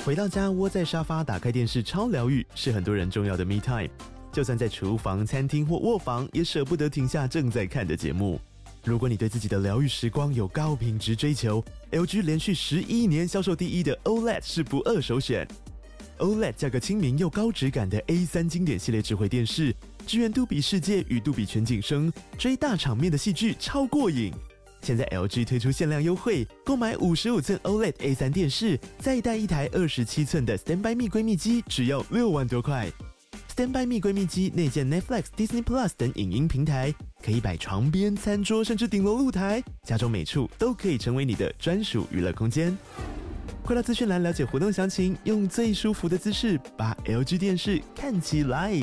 回到家窝在沙发打开电视超疗愈，是很多人重要的 me time。就算在厨房、餐厅或卧房，也舍不得停下正在看的节目。如果你对自己的疗愈时光有高品质追求， LG 连续11年销售第一的 OLED 是不二首选。OLED 价格亲民又高质感的 A3 经典系列智慧电视，支援杜比世界与杜比全景声，追大场面的戏剧超过瘾。现在 LG 推出限量优惠，购买55寸 OLED A3 电视，再带一台27寸的 Standby 蜜闺蜜机，只要6万多块。Standby 蜜闺蜜机内建 Netflix、Disney Plus 等影音平台，可以摆床边、餐桌，甚至顶楼露台，家中每处都可以成为你的专属娱乐空间。快到资讯栏了解活动详情，用最舒服的姿势把 LG 电视看起来。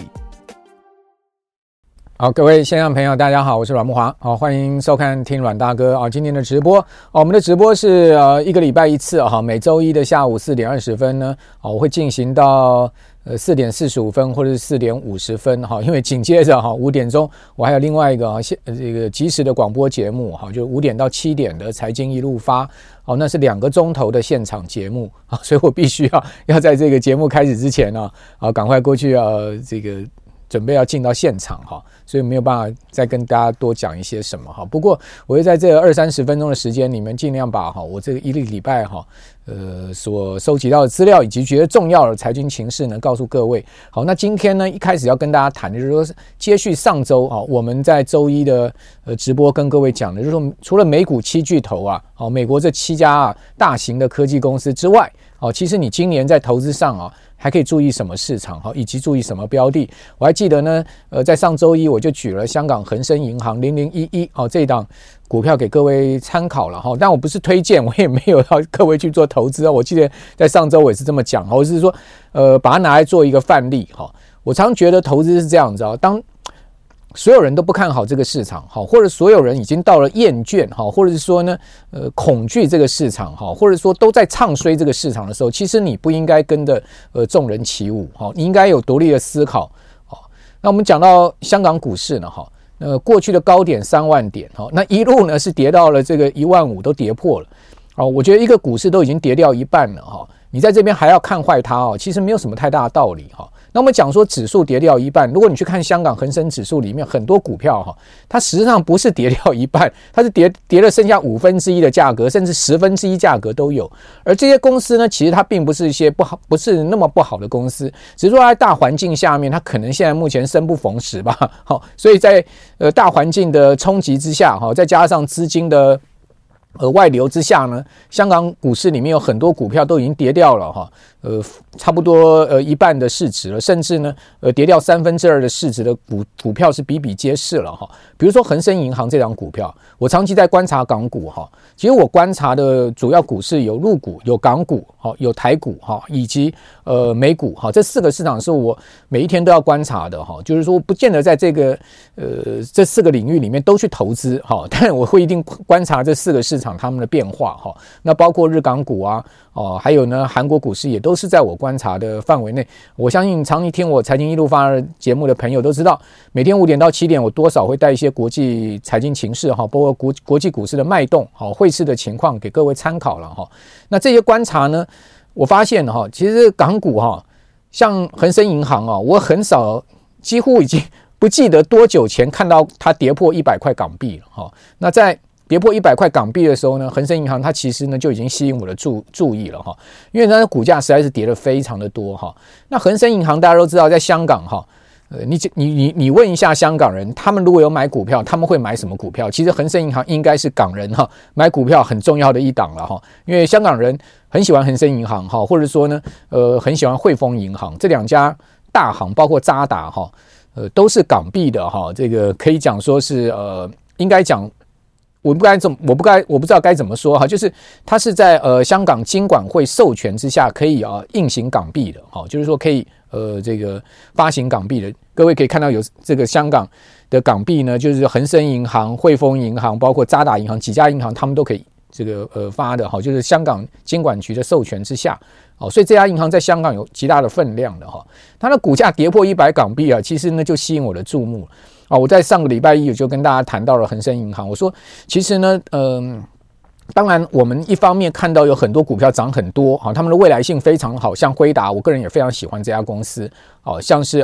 好，各位线上朋友大家好，我是阮慕骅，好，欢迎收看听阮大哥今天的直播。我们的直播是一个礼拜一次，每周一的下午4点20分呢，我会进行到4点45分或者是4点50分，因为紧接着5点钟我还有另外一个这个即时的广播节目，就5点到7点的财经一路发，那是2个钟头的现场节目，所以我必须要在这个节目开始之前呢，赶快过去这个准备要进到现场，所以没有办法再跟大家多讲一些什么。不过我会在这个20-30分钟的时间里面尽量把我这个一个礼拜所收集到的资料以及觉得重要的财经情势呢告诉各位。好，那今天呢一开始要跟大家谈的就是说，接续上周我们在周一的直播跟各位讲的，就是说除了美股7巨头美国这7家大型的科技公司之外，其实你今年在投资上还可以注意什么市场，以及注意什么标的。我还记得呢，在上周一我就举了香港恒生银行0011这一档股票给各位参考了，但我不是推荐，我也没有要各位去做投资。我记得在上周我也是这么讲，我是说把它拿来做一个范例。我常觉得投资是这样子，当所有人都不看好这个市场，或者所有人已经到了厌倦，或者是说呢恐惧这个市场，或者说都在唱衰这个市场的时候，其实你不应该跟着众人起舞，你应该有独立的思考。那我们讲到香港股市呢，过去的高点3万点，那一路呢是跌到了这个1万5都跌破了。我觉得一个股市都已经跌掉一半了，你在这边还要看坏它，其实没有什么太大的道理。那我们讲说指数跌掉一半，如果你去看香港恒生指数里面很多股票，它实际上不是跌掉一半，它是跌了剩下1/5的价格，甚至1/10价格都有。而这些公司呢，其实它并不是一些不是那么不好的公司，只是说在大环境下面，它可能现在目前生不逢时吧。所以在大环境的冲击之下，再加上资金的外流之下呢，香港股市里面有很多股票都已经跌掉了，差不多一半的市值了，甚至呢跌掉2/3的市值的股票是比比皆是了。比如说恒生银行这档股票，我长期在观察港股，其实我观察的主要股市有陆股、有港股、有台股以及美股，这4个市场是我每一天都要观察的，就是说不见得在这个这4个领域里面都去投资，但我会一定观察这4个市场他们的变化。那包括日港股还有呢韩国股市也都是在我观察的范围内。我相信长期听我财经一路发节目的朋友都知道，每天5点到7点我多少会带一些国际财经情势，包括国际股市的脉动、汇市的情况给各位参考了。那这些观察呢，我发现其实港股像恒生银行我很少，几乎已经不记得多久前看到它跌破100块港币了。那在跌破100块港币的时候呢，恒生银行它其实呢就已经吸引我的注意了，因为它的股价实在是跌得非常的多。那恒生银行大家都知道在香港，你问一下香港人，他们如果有买股票，他们会买什么股票？其实恒生银行应该是港人买股票很重要的一档了，因为香港人很喜欢恒生银行，或者说呢很喜欢汇丰银行，这2家大行包括渣打都是港币的，这个可以讲说是应该讲我不知道该怎么说，就是它是在香港金管会授权之下可以印行港币的，就是说可以这个发行港币的。各位可以看到有这个香港的港币呢，就是恒生银行、汇丰银行包括渣打银行几家银行他们都可以这个发的，就是香港金管局的授权之下，所以这家银行在香港有极大的分量的，它的股价跌破100港币其实呢就吸引我的注目。我在上个礼拜一我就跟大家谈到了恒生银行，我说其实呢当然，我们一方面看到有很多股票涨很多，他们的未来性非常好，像辉达，我个人也非常喜欢这家公司，像是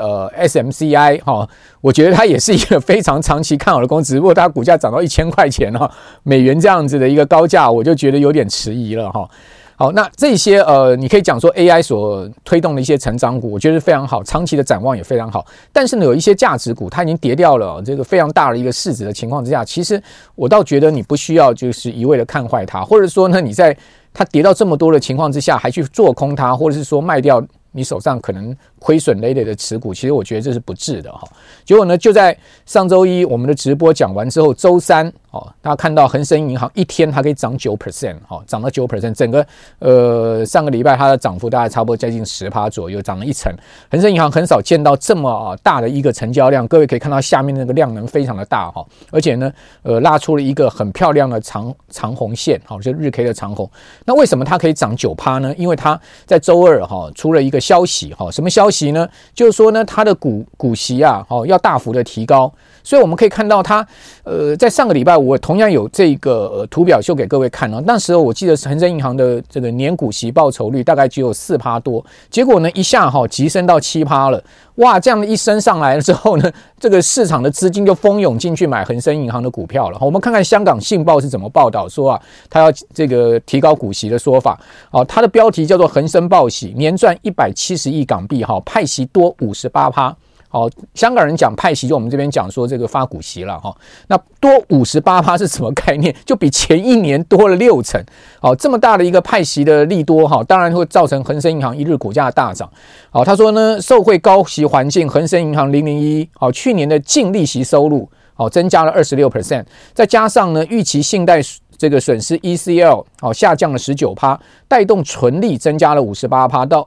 SMCI，我觉得它也是一个非常长期看好的公司，只不过它股价涨到1000块钱美元这样子的一个高价，我就觉得有点迟疑了好，那这些你可以讲说 AI 所推动的一些成长股，我觉得非常好，长期的展望也非常好。但是呢，有一些价值股它已经跌掉了这个非常大的一个市值的情况之下，其实我倒觉得你不需要就是一味的看坏它，或者说呢，你在它跌到这么多的情况之下还去做空它，或者是说卖掉你手上可能亏损累累的持股，其实我觉得这是不智的结果呢，就在上周一我们的直播讲完之后，周三大家看到恒生银行一天它可以涨 9%， 涨到 9%， 整个上个礼拜它的涨幅大概差不多接近 10% 左右，涨了1成。恒生银行很少见到这么大的一个成交量，各位可以看到下面那个量能非常的大而且呢拉出了一个很漂亮的长红线就是日 K 的长红。那为什么它可以涨 9% 呢？因为它在周二出了一个消息什么消息呢？就是说呢它的股息要大幅的提高。所以我们可以看到它在上个礼拜我同样有这个图表秀给各位看那时候我记得恒生银行的这个年股息报酬率大概只有 4% 多，结果呢一下急升到 7% 了。哇，这样的一升上来了之后呢，这个市场的资金就蜂拥进去买恒生银行的股票了。我们看看香港信报是怎么报道说它要这个提高股息的说法它的标题叫做恒生报喜，年赚170亿港币派息多 58%。香港人讲派息，就我们这边讲说这个发股息了那多 58% 是什么概念？就比前一年多了6成这么大的一个派息的利多当然会造成恒生银行一日股价大涨他说呢，受惠高息环境，恒生银行001去年的净利息收入增加了 26%， 再加上呢预期信贷这个损失 ECL 下降了 19%， 带动纯利增加了 58% 到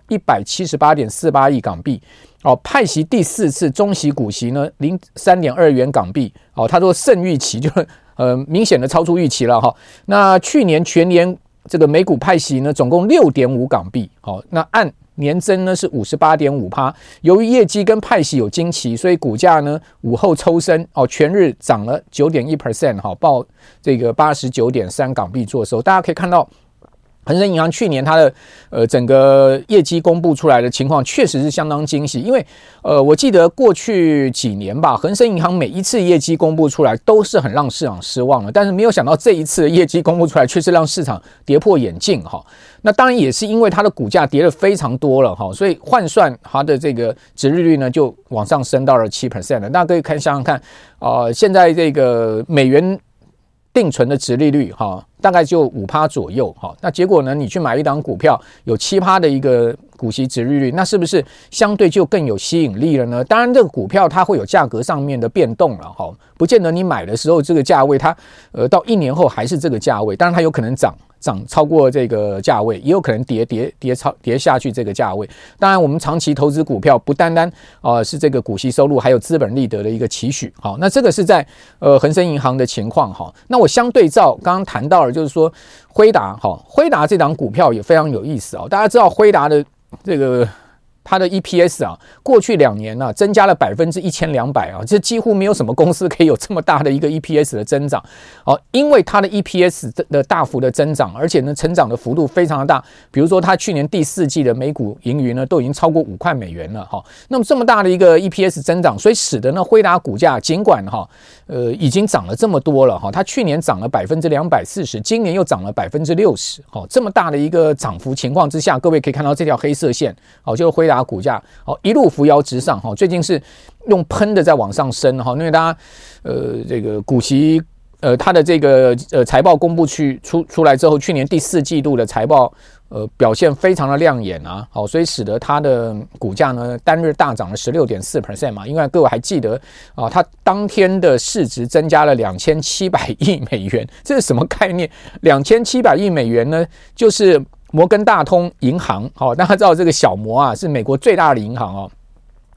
178.48 亿港币派息第4次中息股息呢 3.2 元港币他说胜预期，就是明显的超出预期了那去年全年这个每股派息呢总共 6.5 港币那按年增呢是 58.5%， 由于业绩跟派息有惊奇，所以股价呢午后抽升全日涨了 9.1%， 报这个 89.3 港币做收。大家可以看到恒生银行去年它的整个业绩公布出来的情况确实是相当惊喜，因为我记得过去几年吧，恒生银行每一次业绩公布出来都是很让市场失望的，但是没有想到这一次的业绩公布出来却是让市场跌破眼镜那当然也是因为它的股价跌了非常多了所以换算它的这个殖利率呢就往上升到了 7% 了。大家可以想想看现在这个美元定存的殖利率大概就 5% 左右那结果呢你去买一档股票有 7% 的一个股息殖利率，那是不是相对就更有吸引力了呢？当然这个股票它会有价格上面的变动了不见得你买的时候这个价位它到1年后还是这个价位，当然它有可能涨超过这个价位，也有可能跌下去这个价位。当然我们长期投资股票不单单是这个股息收入，还有资本利得的一个期许那这个是在恒生银行的情况那我相对照刚刚谈到了就是说辉达这档股票也非常有意思大家知道辉达的这个它的 EPS 过去2年增加了 1200%这几乎没有什么公司可以有这么大的一个 EPS 的增长因为它的 EPS 的大幅的增长，而且呢成长的幅度非常的大，比如说它去年第4季的每股盈余呢都已经超过5块美元了那么这么大的一个 EPS 增长，所以使得呢辉达股价尽管已经涨了这么多了它去年涨了 240%， 今年又涨了 60%这么大的一个涨幅情况之下，各位可以看到这条黑色线就是辉达股价一路扶摇直上最近是用喷的在往上升因为大家这个股息它的这个财报公布出来之后，去年第4季度的财报表现非常的亮眼所以使得它的股价呢单日大涨了 16.4% 嘛，因为各位还记得它当天的市值增加了2700亿美元，这是什么概念？2700亿美元呢就是摩根大通银行大家知道这个小摩是美国最大的银行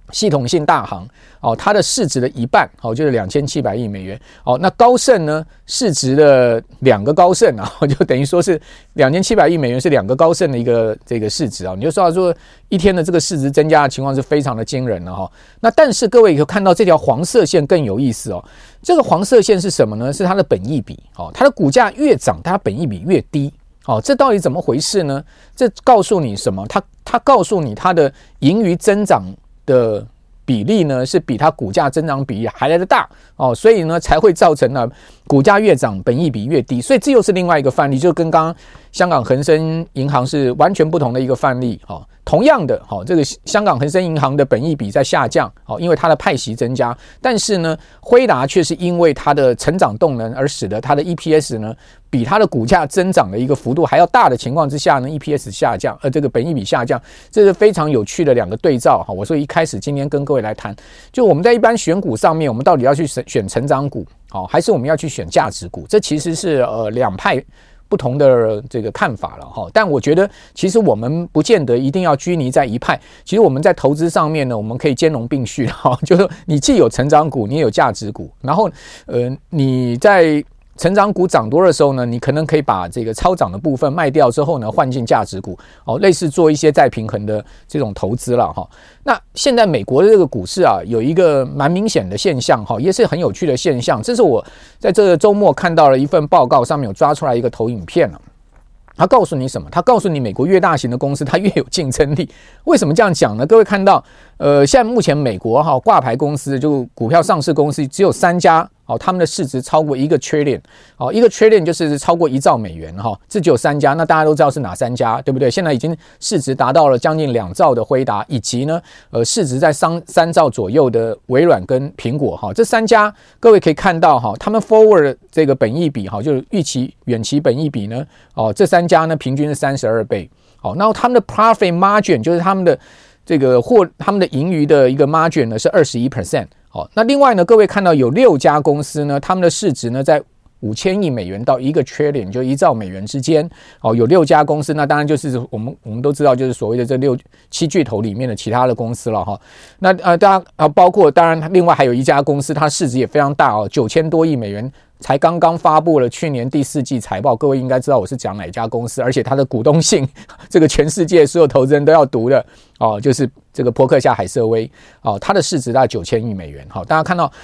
系统性大行它的市值的一半就是2700亿美元那高盛呢市值的2个高盛就等于说是2700亿美元是2个高盛的一个这个市值你就说一天的这个市值增加的情况是非常的惊人了那但是各位有看到这条黄色线更有意思这个黄色线是什么呢？是它的本益比它的股价越涨它本益比越低这到底怎么回事呢？这告诉你什么？它告诉你它的盈余增长的比例呢是比它股价增长比例还来得大所以呢才会造成了股价越涨本益比越低，所以这又是另外一个范例，就跟刚刚香港恒生银行是完全不同的一个范例同样的这个香港恒生银行的本益比在下降因为它的派息增加，但是呢辉达却是因为它的成长动能而使得它的 EPS 呢比它的股价增长的一个幅度还要大的情况之下呢 EPS 下降这个本益比下降，这是非常有趣的2个对照我所以一开始今天跟各位来谈，就我们在一般选股上面我们到底要去选成长股还是我们要去选价值股，这其实是2派不同的这个看法了但我觉得其实我们不见得一定要拘泥在一派，其实我们在投资上面呢我们可以兼容并蓄就是你既有成长股你也有价值股，然后你在成长股涨多的时候呢，你可能可以把这个超涨的部分卖掉之后呢，换进价值股类似做一些再平衡的这种投资了那现在美国的这个股市有一个蛮明显的现象也是很有趣的现象，这是我在这个周末看到了一份报告，上面有抓出来一个投影片他告诉你什么？他告诉你美国越大型的公司它越有竞争力。为什么这样讲呢？各位看到现在目前美国挂牌公司就股票上市公司只有3家他们的市值超过1个 trillion 1个 trillion 就是超过1兆美元这只有3家，那大家都知道是哪3家对不对？现在已经市值达到了将近2兆的辉达，以及呢市值在3兆左右的微软跟苹果这3家各位可以看到他们 forward 这个本益比就是预期远期本益比呢这3家呢平均是32倍然后他们的 profit margin 就是他们的这个他们的盈余的一个 margin 呢是 21%那另外呢各位看到有6家公司呢他们的市值呢在5000亿美元到1个 trillion 就1兆美元之间有6家公司，那当然就是我们都知道就是所谓的这7巨头里面的其他的公司了那大家包括当然另外还有一家公司它市值也非常大9000多亿美元，才刚刚发布了去年第4季财报，各位应该知道我是讲哪家公司，而且它的股东信这个全世界所有投资人都要读的就是这个波克夏海瑟薇它的市值大概9000亿美元大家看到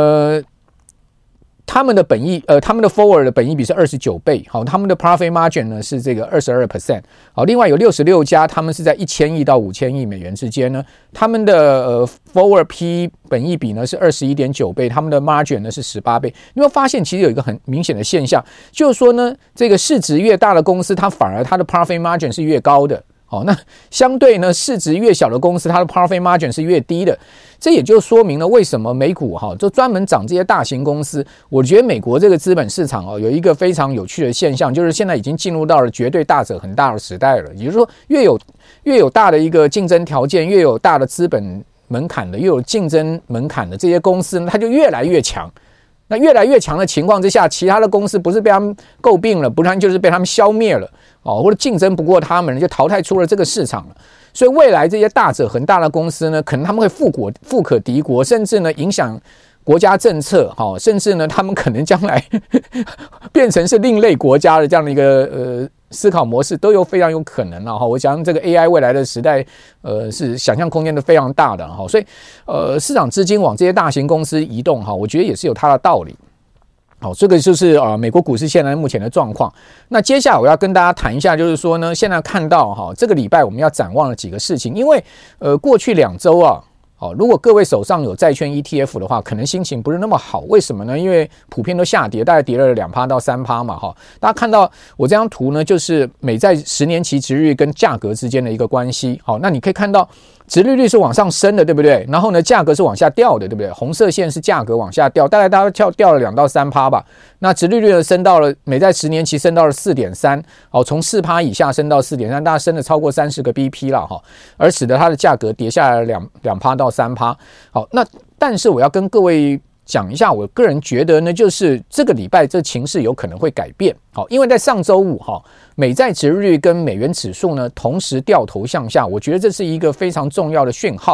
他们的他们的 forward 的本益比是29倍他们的 profit margin 呢是这个 22% 另外有66家他们是在1000亿到5000亿美元之间呢，他们的forward P 本益比呢是 21.9 倍，他们的 margin 呢是18倍。你会发现其实有一个很明显的现象，就是说呢这个市值越大的公司它反而它的 profit margin 是越高的那相对呢市值越小的公司它的 profit margin 是越低的，这也就说明了为什么美股就专门涨这些大型公司。我觉得美国这个资本市场有一个非常有趣的现象，就是现在已经进入到了绝对大者很大的时代了，也就是说越有大的一个竞争条件，越有大的资本门槛的，越有竞争门槛的这些公司呢，它就越来越强。那越来越强的情况之下，其他的公司不是被他们诟病了，不然就是被他们消灭了或者竞争不过他们，就淘汰出了这个市场了。所以未来这些大者恒大的公司呢，可能他们会富可敌国，甚至呢影响国家政策甚至呢他们可能将来变成是另类国家的这样的一个思考模式都有非常有可能我想这个 AI 未来的时代是想象空间都非常大的所以市场资金往这些大型公司移动我觉得也是有它的道理。这个就是美国股市现在目前的状况。那接下来我要跟大家谈一下，就是说呢，现在看到这个礼拜我们要展望的几个事情，因为过去2周如果各位手上有债券 ETF 的话，可能心情不是那么好。为什么呢？因为普遍都下跌，大概跌了 2% 到 3% 嘛大家看到我这张图呢，就是美债10年期殖利率跟价格之间的一个关系那你可以看到殖利率是往上升的，对不对？然后呢价格是往下掉的，对不对？红色线是价格往下掉，大概掉了2到 3% 吧。那殖利率呢升到了美债10年期升到了 4.3 从 4% 以下升到 4.3， 大概升了超过30个 BP 了而使得它的价格跌下来了 2% 到 3%。那但是我要跟各位讲一下，我个人觉得呢，就是这个礼拜这情势有可能会改变因为在上周五美债殖利率跟美元指数呢同时掉头向下，我觉得这是一个非常重要的讯号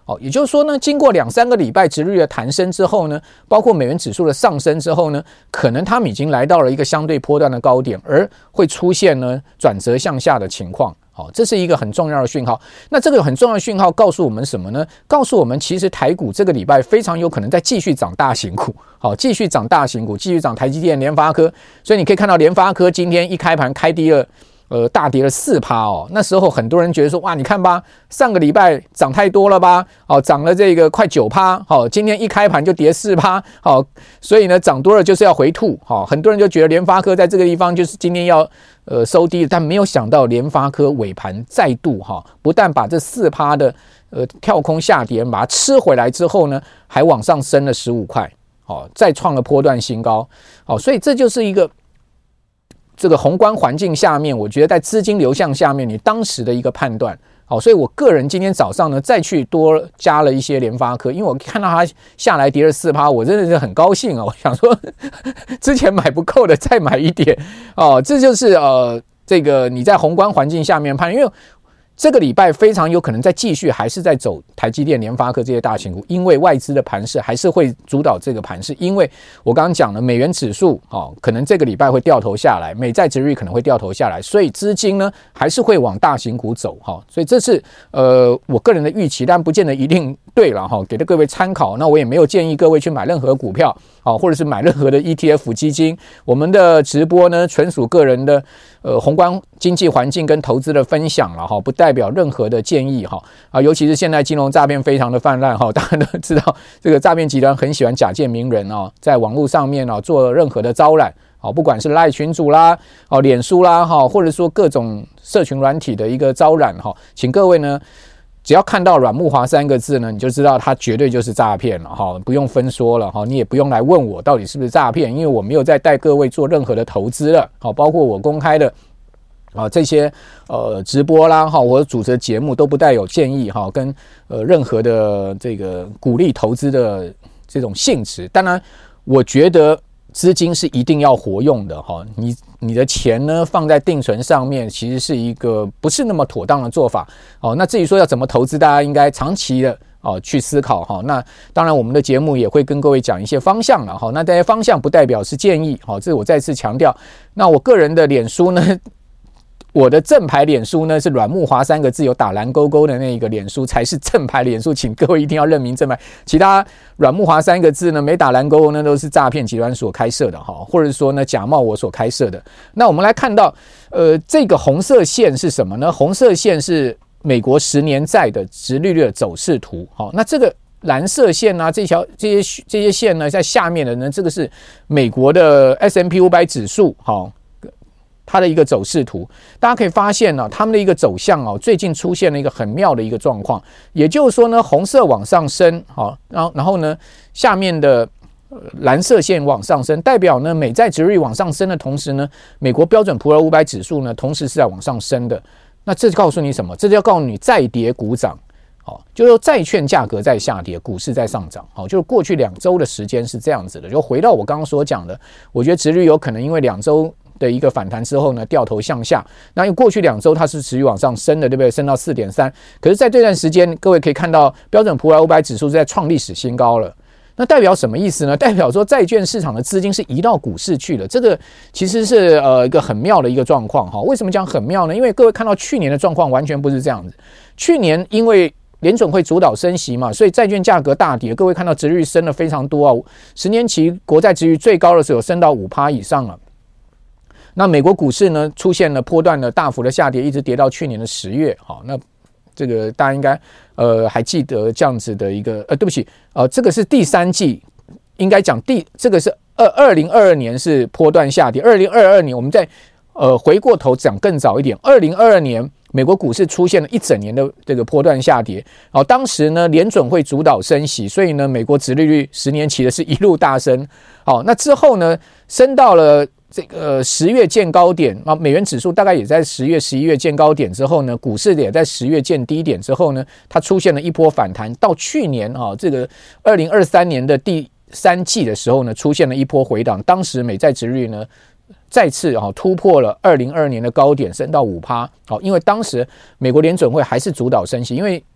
也就是说呢，经过2-3个礼拜殖利率的弹升之后呢，包括美元指数的上升之后呢，可能他们已经来到了一个相对波段的高点，而会出现呢转折向下的情况。这是一个很重要的讯号。那这个很重要的讯号告诉我们什么呢？告诉我们其实台股这个礼拜非常有可能再继续涨大型股，继续涨大型股，继续涨台积电、联发科。所以你可以看到联发科今天一开盘开低了。大跌了4%哦，那时候很多人觉得说，哇，你看吧，上个礼拜涨太多了吧，涨了这个快9%，今天一开盘就跌4%，所以呢，涨多了就是要回吐，很多人就觉得联发科在这个地方就是今天要收低，但没有想到联发科尾盘再度不但把这4%的跳空下跌把它吃回来之后呢，还往上升了15块，再创了波段新高，所以这就是一个。这个宏观环境下面，我觉得在资金流向下面，你当时的一个判断，所以我个人今天早上呢再去多加了一些联发科，因为我看到它下来跌了4%，我真的是很高兴啊！我想说，之前买不够的再买一点这就是这个你在宏观环境下面判，因为。这个礼拜非常有可能再继续还是在走台积电、联发科这些大型股，因为外资的盘势还是会主导这个盘势，因为我刚刚讲了美元指数可能这个礼拜会掉头下来，美债殖利率可能会掉头下来，所以资金呢还是会往大型股走所以这是我个人的预期，但不见得一定对了给了各位参考。那我也没有建议各位去买任何股票或者是买任何的 ETF 基金，我们的直播呢纯属个人的宏观经济环境跟投资的分享了不代表任何的建议尤其是现在金融诈骗非常的泛滥大家都知道这个诈骗集团很喜欢假借名人在网络上面做任何的招揽不管是赖群组啦脸书啦或者说各种社群软体的一个招揽请各位呢只要看到阮慕骅3个字呢，你就知道它绝对就是诈骗了不用分说了你也不用来问我到底是不是诈骗，因为我没有在带各位做任何的投资了包括我公开的这些直播啦我主持的节目都不带有建议跟任何的这个鼓励投资的这种性质。当然我觉得资金是一定要活用的你的钱呢放在定存上面其实是一个不是那么妥当的做法那至于说要怎么投资，大家应该长期的去思考那当然我们的节目也会跟各位讲一些方向了那这些方向不代表是建议这是我再次强调。那我个人的脸书呢，我的正牌脸书呢是阮慕骅3个字有打蓝勾勾的那个脸书才是正牌脸书，请各位一定要认明正牌，其他阮慕骅3个字呢没打蓝勾勾呢都是诈骗集团所开设的或者说呢假冒我所开设的。那我们来看到这个红色线是什么呢？红色线是美国10年债的殖利率的走势图那这个蓝色线啊这些线呢在下面的呢，这个是美国的 S&P 500指数它的一个走势图，大家可以发现它们的一个走向最近出现了一个很妙的一个状况，也就是说呢，红色往上升然后呢，下面的蓝色线往上升，代表呢美债殖利率往上升的同时呢，美国标准普尔500指数呢同时是在往上升的。那这告诉你什么？这就要告诉你债跌股涨就是说债券价格在下跌，股市在上涨就是过去2周的时间是这样子的。就回到我刚刚所讲的，我觉得殖利率有可能因为2周的一个反弹之后呢掉头向下，那因为过去2周它是持续往上升的，对不对？升到 4.3， 可是在这段时间各位可以看到标准普尔500指数是在创历史新高了。那代表什么意思呢？代表说债券市场的资金是移到股市去了，这个其实是一个很妙的一个状况为什么讲很妙呢？因为各位看到去年的状况完全不是这样子。去年因为联准会主导升息嘛，所以债券价格大跌，各位看到殖利率升了非常多10年期国债殖利率最高的时候升到 5% 以上了。那美国股市呢出现了波段的大幅的下跌，一直跌到去年的10月那这个大家应该还记得这样子的一个对不起这个是第3季，应该讲这个是2022年是波段下跌，2022年我们再回过头讲更早一点，2022年美国股市出现了一整年的这个波段下跌当时呢联准会主导升息，所以呢美国殖利率10年期的是一路大升那之后呢升到了这个10月见高点美元指数大概也在10月11月见高点之后呢，股市也在10月见低点之后呢，它出现了一波反弹，到去年这个2023年的第3季的时候呢出现了一波回档，当时美债殖利率呢再次突破了2022年的高点，升到 5%因为当时美国联准会还是主导升息，因为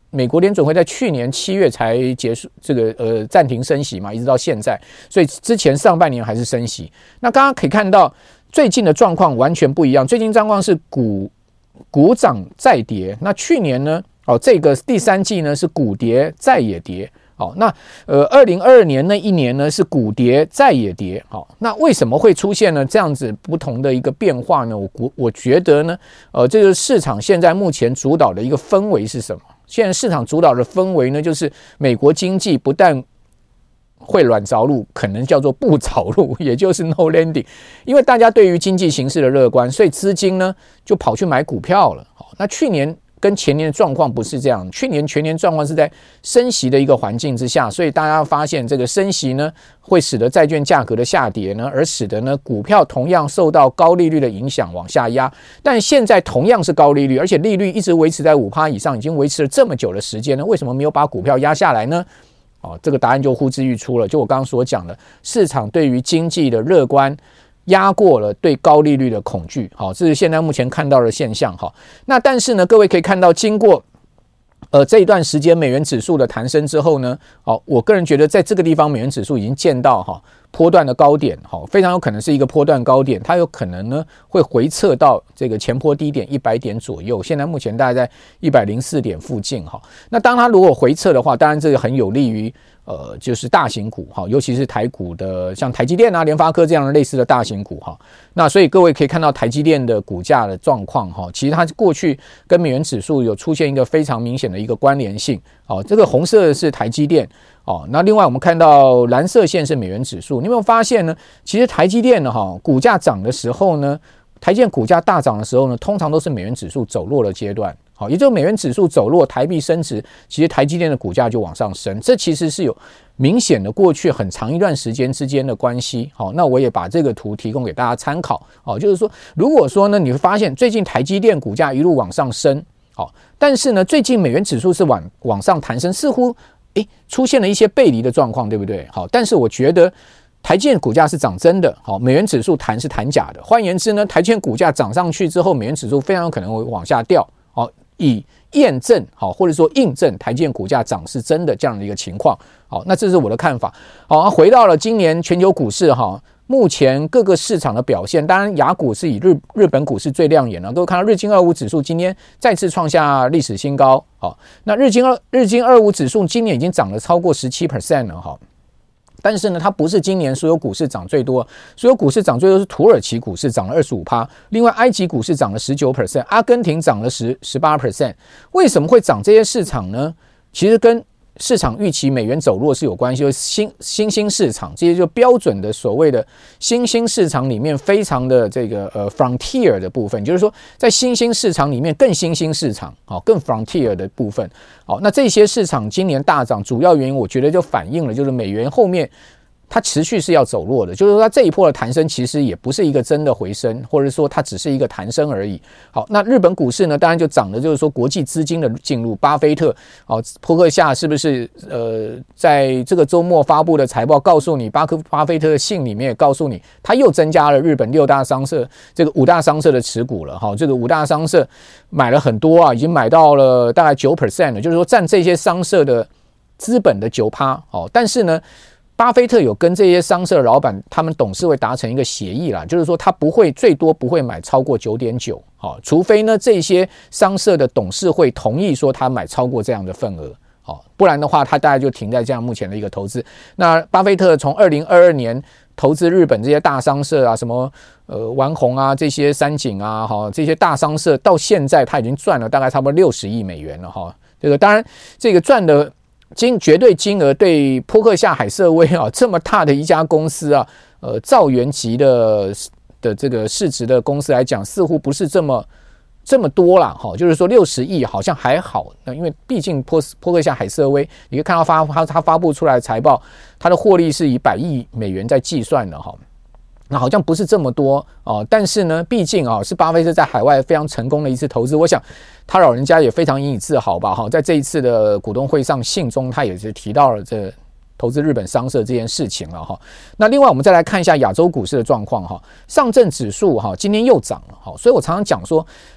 美国联准会在去年7月才结束这个暂停升息嘛，一直到现在，所以之前上半年还是升息。那刚刚可以看到最近的状况完全不一样，最近状况是股涨再跌。那去年呢，这个第3季呢是股跌再也跌。那2022年那一年呢是股跌再也跌。那为什么会出现呢这样子不同的一个变化呢？我觉得呢，这个市场现在目前主导的一个氛围是什么？现在市场主导的氛围呢，就是美国经济不但会软着陆，可能叫做不着陆，也就是 no landing。因为大家对于经济形势的乐观，所以资金呢就跑去买股票了。那去年跟前年的状况不是这样，去年全年状况是在升息的一个环境之下，所以大家发现这个升息呢会使得债券价格的下跌呢，而使得呢股票同样受到高利率的影响往下压。但现在同样是高利率，而且利率一直维持在 5% 以上，已经维持了这么久的时间呢，为什么没有把股票压下来呢？这个答案就呼之欲出了，就我刚刚所讲的，市场对于经济的乐观压过了对高利率的恐惧，这是现在目前看到的现象。那但是呢，各位可以看到，经过这一段时间美元指数的弹升之后呢，我个人觉得在这个地方美元指数已经见到波段的高点，非常有可能是一个波段高点，它有可能呢会回测到这个前波低点100点左右，现在目前大概在104点附近。那当它如果回测的话，当然这个很有利于就是大型股，尤其是台股的像台积电啊、联发科这样的类似的大型股。那所以各位可以看到台积电的股价的状况，其实它过去跟美元指数有出现一个非常明显的一个关联性。这个红色的是台积电，那另外我们看到蓝色线是美元指数。你有没有发现呢？其实台积电呢，股价涨的时候呢，台积电股价大涨的时候呢，通常都是美元指数走弱的阶段。也就是美元指数走弱，台币升值，其实台积电的股价就往上升，这其实是有明显的过去很长一段时间之间的关系。那我也把这个图提供给大家参考。就是说，如果说呢，你会发现最近台积电股价一路往上升，但是呢，最近美元指数是往上弹升，似乎出现了一些背离的状况，对不对？但是我觉得台积电股价是涨真的，美元指数弹是弹假的。换言之呢，台积电股价涨上去之后，美元指数非常有可能会往下掉，以验证或者说印证台积电股价涨是真的这样的一个情况。那这是我的看法。回到了今年全球股市，目前各个市场的表现，当然亚股是以日本股市最亮眼了。各位看到日经25指数今天再次创下历史新高。那日经25指数今年已经涨了超过 17% 了。但是呢，它不是今年所有股市涨最多，所有股市涨最多是土耳其股市涨了 25%， 另外埃及股市涨了 19%， 阿根廷涨了 18%。 为什么会涨这些市场呢？其实跟市场预期美元走弱是有关系，就是新兴市场，这些就标准的所谓的新兴市场里面非常的这个frontier 的部分，就是说在新兴市场里面更新兴市场，更 frontier 的部分。那这些市场今年大涨，主要原因我觉得就反映了就是美元后面它持续是要走弱的，就是说它这一波的弹升其实也不是一个真的回升，或者说它只是一个弹升而已。好，那日本股市呢，当然就涨的就是说国际资金的进入，巴菲特波克夏是不是在这个周末发布的财报告诉你，巴菲特的信里面也告诉你，他又增加了日本5大商社的持股了。这个5大商社买了很多已经买到了大概 9% 了，就是说占这些商社的资本的 9%。但是呢，巴菲特有跟这些商社的老板他们董事会达成一个协议啦，就是说他最多不会买超过 9.9， 除非呢这些商社的董事会同意说他买超过这样的份额，不然的话他大概就停在这样目前的一个投资。那巴菲特从2022年投资日本这些大商社什么丸红这些三井这些大商社，到现在他已经赚了大概差不多60亿美元了。这个当然这个赚的绝对金额对波克夏海瑟威这么大的一家公司兆元级的这个市值的公司来讲，似乎不是这么多啦，就是说60亿好像还好。那因为毕竟波克夏海瑟威，你可以看到他发布出来的财报，它的获利是以100亿美元在计算的那好像不是这么多但是呢，毕竟是巴菲特在海外非常成功的一次投资，我想他老人家也非常引以自豪吧。在这一次的股东会上信中，他也是提到了这投资日本商社这件事情了那另外我们再来看一下亚洲股市的状况上证指数今天又涨了所以我常常讲说，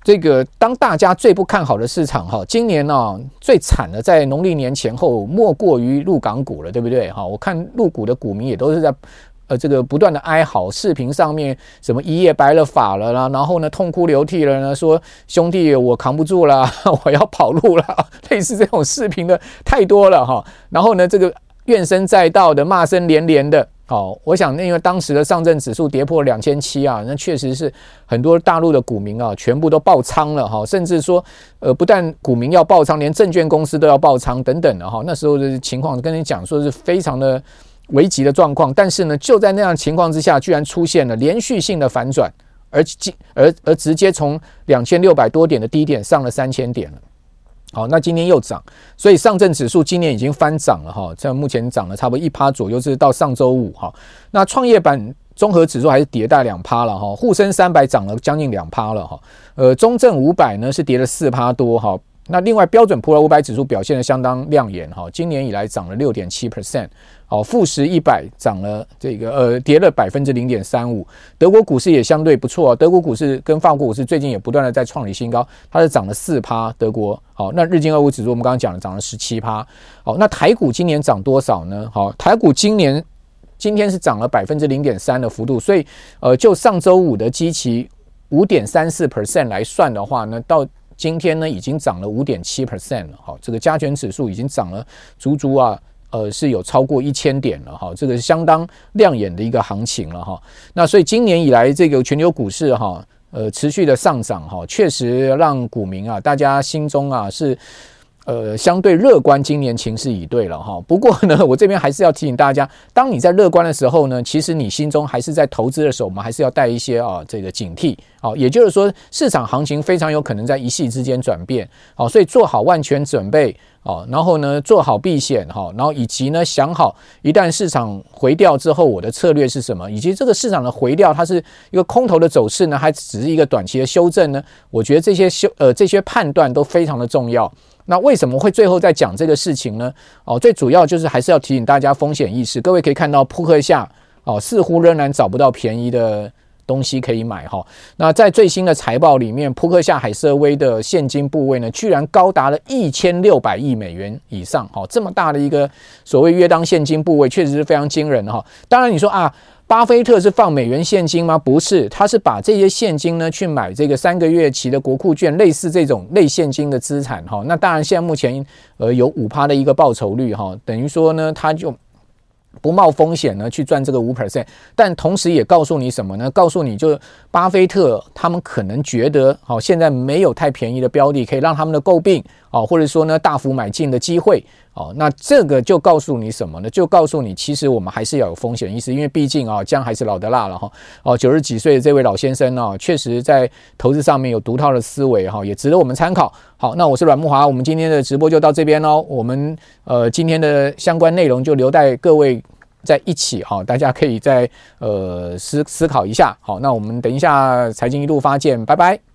这个当大家最不看好的市场哈，今年呢最惨的在农历年前后，莫过于陆港股了，对不对哈？我看陆股的股民也都是在这个不断的哀嚎，视频上面什么一夜白了发了啦，然后呢痛哭流涕了呢，说兄弟我扛不住了，我要跑路了，类似这种视频的太多了哈。然后呢这个怨声载道的，骂声连连的。我想因为当时的上证指数跌破2700啊，那确实是很多大陆的股民啊全部都爆仓了哈，甚至说不但股民要爆仓，连证券公司都要爆仓等等的哈。那时候的情况跟你讲说是非常的危急的状况，但是呢就在那样的情况之下，居然出现了连续性的反转，而直接从2600多点的低点上了3000点了。好，那今天又涨，所以上证指数今年已经翻涨了哈，这目前涨了差不多1%左右，是到上周五哈。那创业板综合指数还是跌大2%了哈，沪深300涨了将近2%了哈，中证500呢是跌了4%多哈。那另外标准普尔500指数表现得相当亮眼哈，今年以来涨了 6.7%， 好，富时100涨了跌了 0.35%， 德国股市也相对不错，德国股市跟法国股市最近也不断的在创立新高，它是涨了 4%， 德国好，那日经225指数我们刚刚讲了涨了 17%， 好，那台股今年涨多少呢？好，台股今天是涨了 0.3% 的幅度，所以就上周五的基期 5.34% 来算的话呢，到今天呢已经涨了 5.7% 了，好，这个加权指数已经涨了足是有超过1000点了哈，这个是相当亮眼的一个行情了哈。那所以今年以来这个全球股市哈持续的上涨哈，确实让股民啊大家心中啊是相对乐观，今年情势已对了哈。不过呢，我这边还是要提醒大家，当你在乐观的时候呢，其实你心中还是在投资的时候，我们还是要带一些这个警惕。也就是说，市场行情非常有可能在一夕之间转变。所以做好万全准备。然后呢，做好避险然后以及呢，想好一旦市场回调之后，我的策略是什么，以及这个市场的回调，它是一个空头的走势呢，还只是一个短期的修正呢？我觉得这些判断都非常的重要。那为什么会最后再讲这个事情呢？最主要就是还是要提醒大家风险意识。各位可以看到扑克下似乎仍然找不到便宜的东西可以买哈。那在最新的财报里面，扑克夏海瑟威的现金部位呢，居然高达了1600亿美元以上，这么大的一个所谓约当现金部位，确实是非常惊人哈。当然你说巴菲特是放美元现金吗？不是，他是把这些现金呢去买这个3个月期的国库券，类似这种类现金的资产哈。那当然现在目前有 5% 的一个报酬率哈，等于说呢他就不冒风险呢去赚这个 5%， 但同时也告诉你什么呢？告诉你就巴菲特他们可能觉得现在没有太便宜的标的可以让他们的诟病或者说呢大幅买进的机会那这个就告诉你什么呢？就告诉你其实我们还是要有风险意识，因为毕竟姜还是老的辣了90几岁的这位老先生确实在投资上面有独套的思维也值得我们参考。好，那我是阮慕骅，我们今天的直播就到这边我们今天的相关内容就留待各位在一起大家可以再思考一下。好，那我们等一下财经一路发见，拜拜。